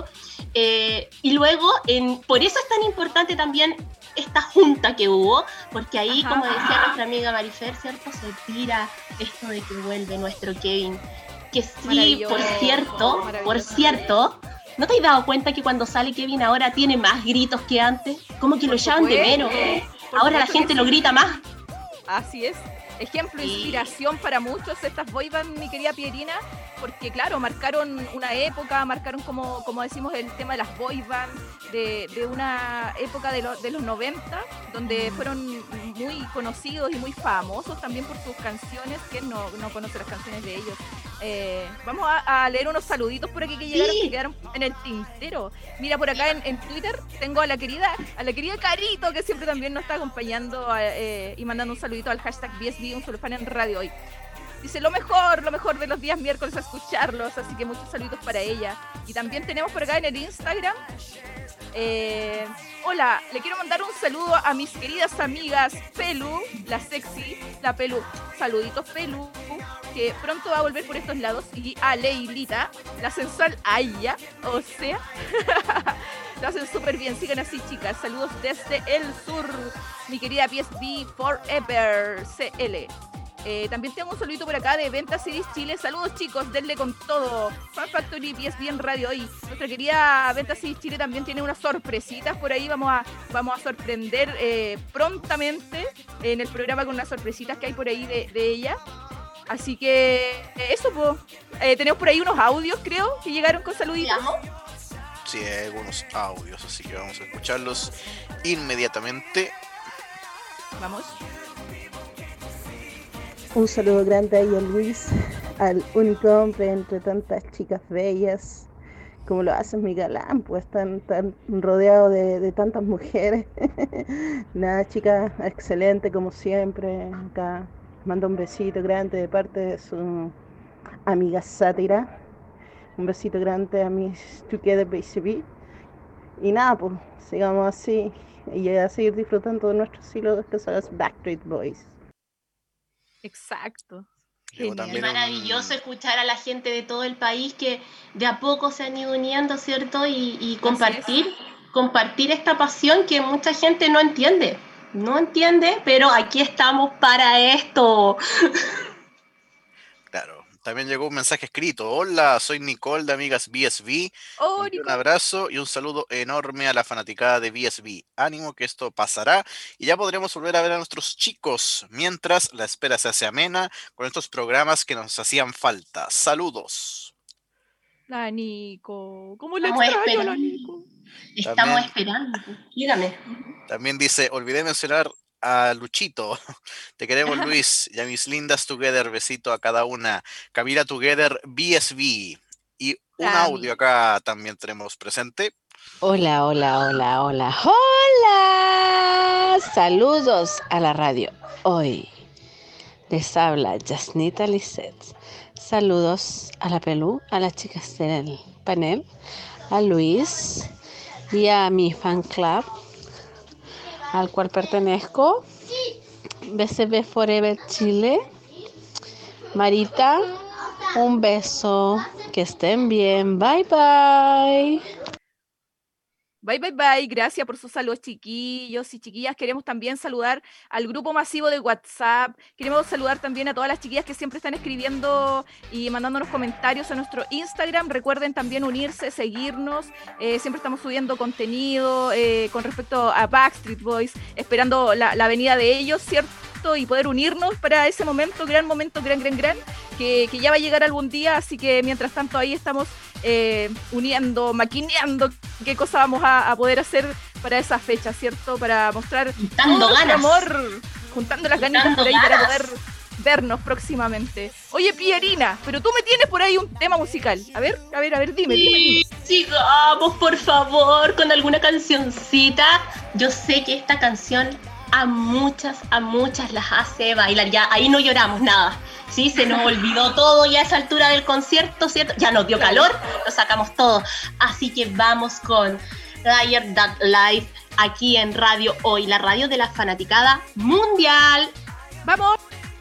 eh, y luego, en, por eso es tan importante también esta junta que hubo, porque ahí, ajá, como decía nuestra amiga Marifer, ¿cierto? Se tira esto de que vuelve nuestro Kevin, que sí, por cierto, por cierto, ¿no te has dado cuenta que cuando sale Kevin ahora tiene más gritos que antes? Como que lo llaman de menos, ahora la gente lo grita más. Así es. Ejemplo, sí. Inspiración para muchos estas boy band, mi querida Pierina, porque claro, marcaron una época, marcaron como, como decimos el tema de las boy band, de, de una época de, lo, de los noventa, donde fueron muy conocidos y muy famosos también por sus canciones. ¿Quién no, no conoce las canciones de ellos? Eh, vamos a, a leer unos saluditos por aquí que llegaron, sí, que quedaron en el tintero. Mira, por acá en, en Twitter tengo a la querida a la querida Carito, que siempre también nos está acompañando eh, y mandando un saludito al hashtag B S B, un solo fan en Radio Hoy. Dice, lo mejor, lo mejor de los días miércoles a escucharlos, así que muchos saludos para ella. Y también tenemos por acá en el Instagram, eh, hola, le quiero mandar un saludo a mis queridas amigas Pelu, la sexy, la Pelu, saluditos Pelu, que pronto va a volver por estos lados, y a Leilita, la sensual Aya, o sea, lo hacen súper bien, sigan así, chicas. Saludos desde el sur, mi querida P S B Forever C L. Eh, también tengo un saludito por acá de Venta Cities Chile. Saludos, chicos, denle con todo. Fan Factory P S B en Radio Hoy. Nuestra querida Venta Cities Chile también tiene unas sorpresitas por ahí. Vamos a, vamos a sorprender eh, prontamente en el programa con unas sorpresitas que hay por ahí de, de ella. Así que eso, pues. Eh, tenemos por ahí unos audios, creo, que llegaron con saluditos. Sí, hay algunos audios, así que vamos a escucharlos inmediatamente. Vamos. Un saludo grande ahí a Luis, al único hombre entre tantas chicas bellas, como lo hace mi galán, pues tan, tan rodeado de, de tantas mujeres. Nada, chica, excelente como siempre. Acá mando un besito grande de parte de su amiga Sátira. Un besito grande a mis Together B C B. Y nada, pues sigamos así y a seguir disfrutando de nuestro estilo que son los Backstreet Boys. Exacto. Es maravilloso un... escuchar a la gente de todo el país que de a poco se han ido uniendo, ¿cierto? Y, y compartir, compartir esta pasión que mucha gente no entiende. No entiende, pero aquí estamos para esto. Claro. También llegó un mensaje escrito. Hola, soy Nicole de Amigas B S B. Oh, un abrazo y un saludo enorme a la fanaticada de B S B. Ánimo que esto pasará y ya podremos volver a ver a nuestros chicos mientras la espera se hace amena con estos programas que nos hacían falta. Saludos. La Nico. ¿Cómo le extraño a la Nico? Estamos también, esperando. Dígame. También dice, olvidé mencionar a Luchito, te queremos Luis, y a mis lindas Together, besito a cada una. Camila Together B S B. Y un Cami. audio acá también tenemos presente. Hola, hola, hola, hola, hola. Saludos a la radio. Hoy les habla Yasnita Lisset. Saludos a la Pelú, a las chicas del panel, a Luis y a mi fan club al cual pertenezco, B C B Forever Chile. Marita, un beso, que estén bien, bye bye. Bye, bye, bye. Gracias por sus saludos, chiquillos y chiquillas. Queremos también saludar al grupo masivo de WhatsApp. Queremos saludar también a todas las chiquillas que siempre están escribiendo y mandándonos comentarios a nuestro Instagram. Recuerden también unirse, seguirnos. Eh, siempre estamos subiendo contenido eh, con respecto a Backstreet Boys, esperando la, la venida de ellos, ¿cierto? Y poder unirnos para ese momento, gran momento, gran, gran, gran, que, que ya va a llegar algún día. Así que mientras tanto ahí estamos eh, uniendo, maquineando qué cosa vamos a, a poder hacer para esa fecha, ¿cierto? Para mostrar juntando todo ganas. nuestro amor, juntando las ganitas por ahí ganas. Para poder vernos próximamente. Oye, Pierina, pero tú me tienes por ahí un tema musical. A ver, a ver, a ver, dime, sí, dime, dime. Sigamos, por favor, con alguna cancioncita. Yo sé que esta canción a muchas, a muchas las hace bailar. Ya ahí no lloramos nada. Sí, se nos olvidó todo ya a esa altura del concierto, ¿cierto? Ya nos dio calor, lo sacamos todo. Así que vamos con Liar That Life aquí en Radio Hoy, la radio de la fanaticada mundial. ¡Vamos!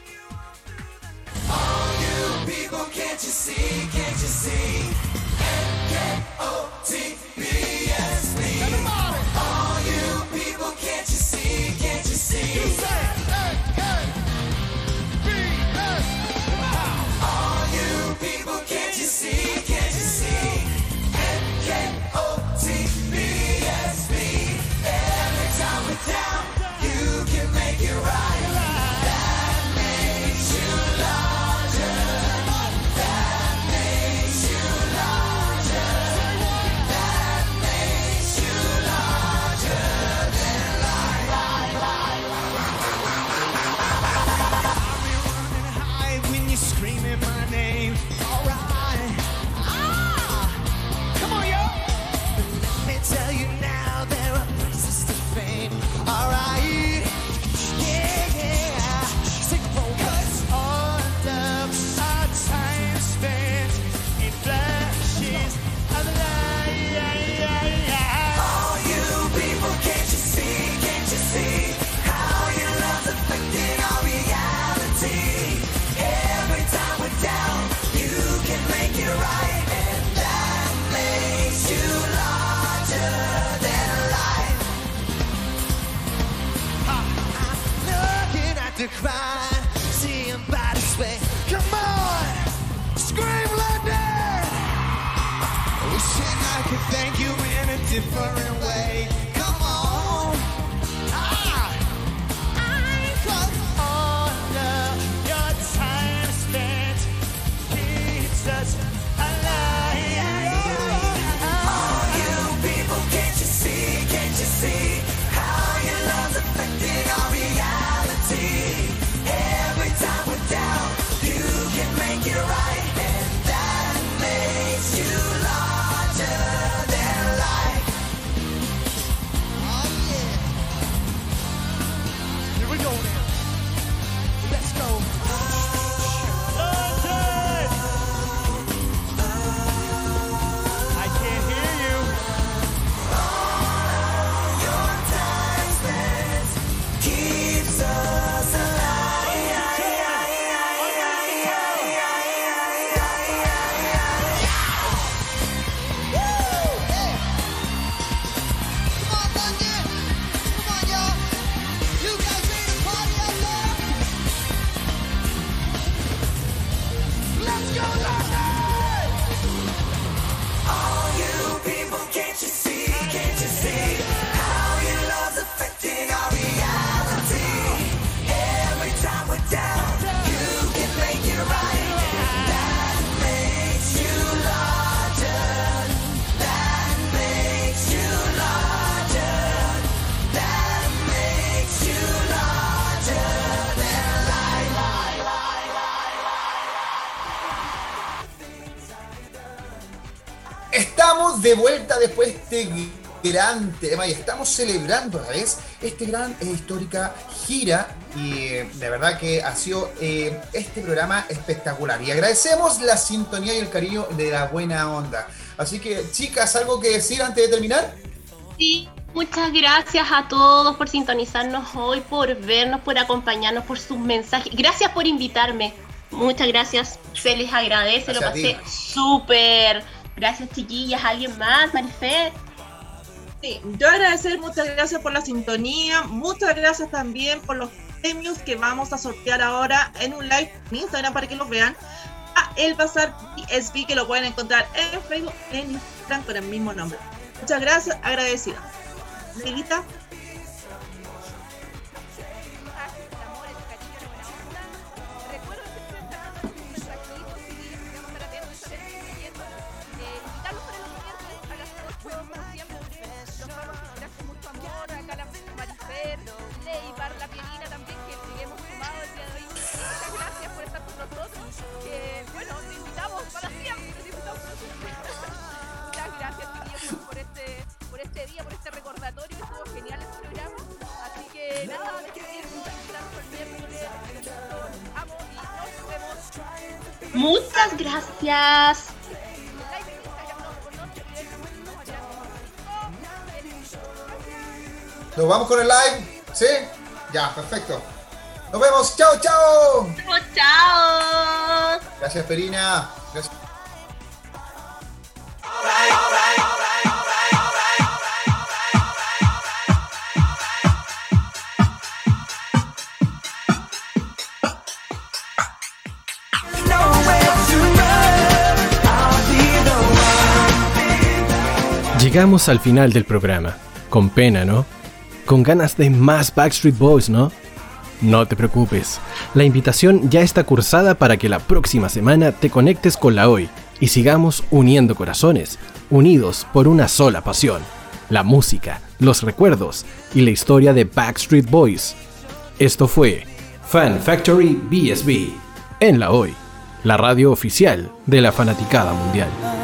Different way. Come on. Ah. I cause all of your time spent estamos de vuelta después de este gran tema y estamos celebrando a la vez esta gran e histórica gira y eh, de verdad que ha sido eh, este programa espectacular y agradecemos la sintonía y el cariño de la buena onda. Así que, chicas, ¿algo que decir antes de terminar? Sí, muchas gracias a todos por sintonizarnos hoy, por vernos, por acompañarnos, por sus mensajes. Gracias por invitarme. Muchas gracias. Se les agradece, gracias, lo pasé súper. Gracias, chiquillas. ¿Alguien más, Marifé? Sí, yo agradecer, muchas gracias por la sintonía. Muchas gracias también por los premios que vamos a sortear ahora en un live en Instagram para que los vean. A El Bazar B S B, que lo pueden encontrar en Facebook, en Instagram con el mismo nombre. Muchas gracias, agradecida. Lilita. La Pierina también, que hemos sumado el día de hoy. Muchas gracias por estar con nosotros. Que bueno, te invitamos para siempre. Te invitamos para siempre. Muchas gracias, chiquillos, por este, por este día, por este recordatorio. Estuvo genial el programa. Así que nada, despedirnos, invitarnos el miércoles. Los amo y nos vemos. Muchas gracias. Nos vamos con el live, ¿sí? Ya, perfecto. Nos vemos, chao, chao. Chao, chao. Gracias, Perina. Gracias. Llegamos al final del programa. Con pena, ¿no? Con ganas de más Backstreet Boys, ¿no? No te preocupes, la invitación ya está cursada para que la próxima semana te conectes con la hoy y sigamos uniendo corazones, unidos por una sola pasión, la música, los recuerdos y la historia de Backstreet Boys. Esto fue Fan Factory B S B, en la hoy, la radio oficial de la fanaticada mundial.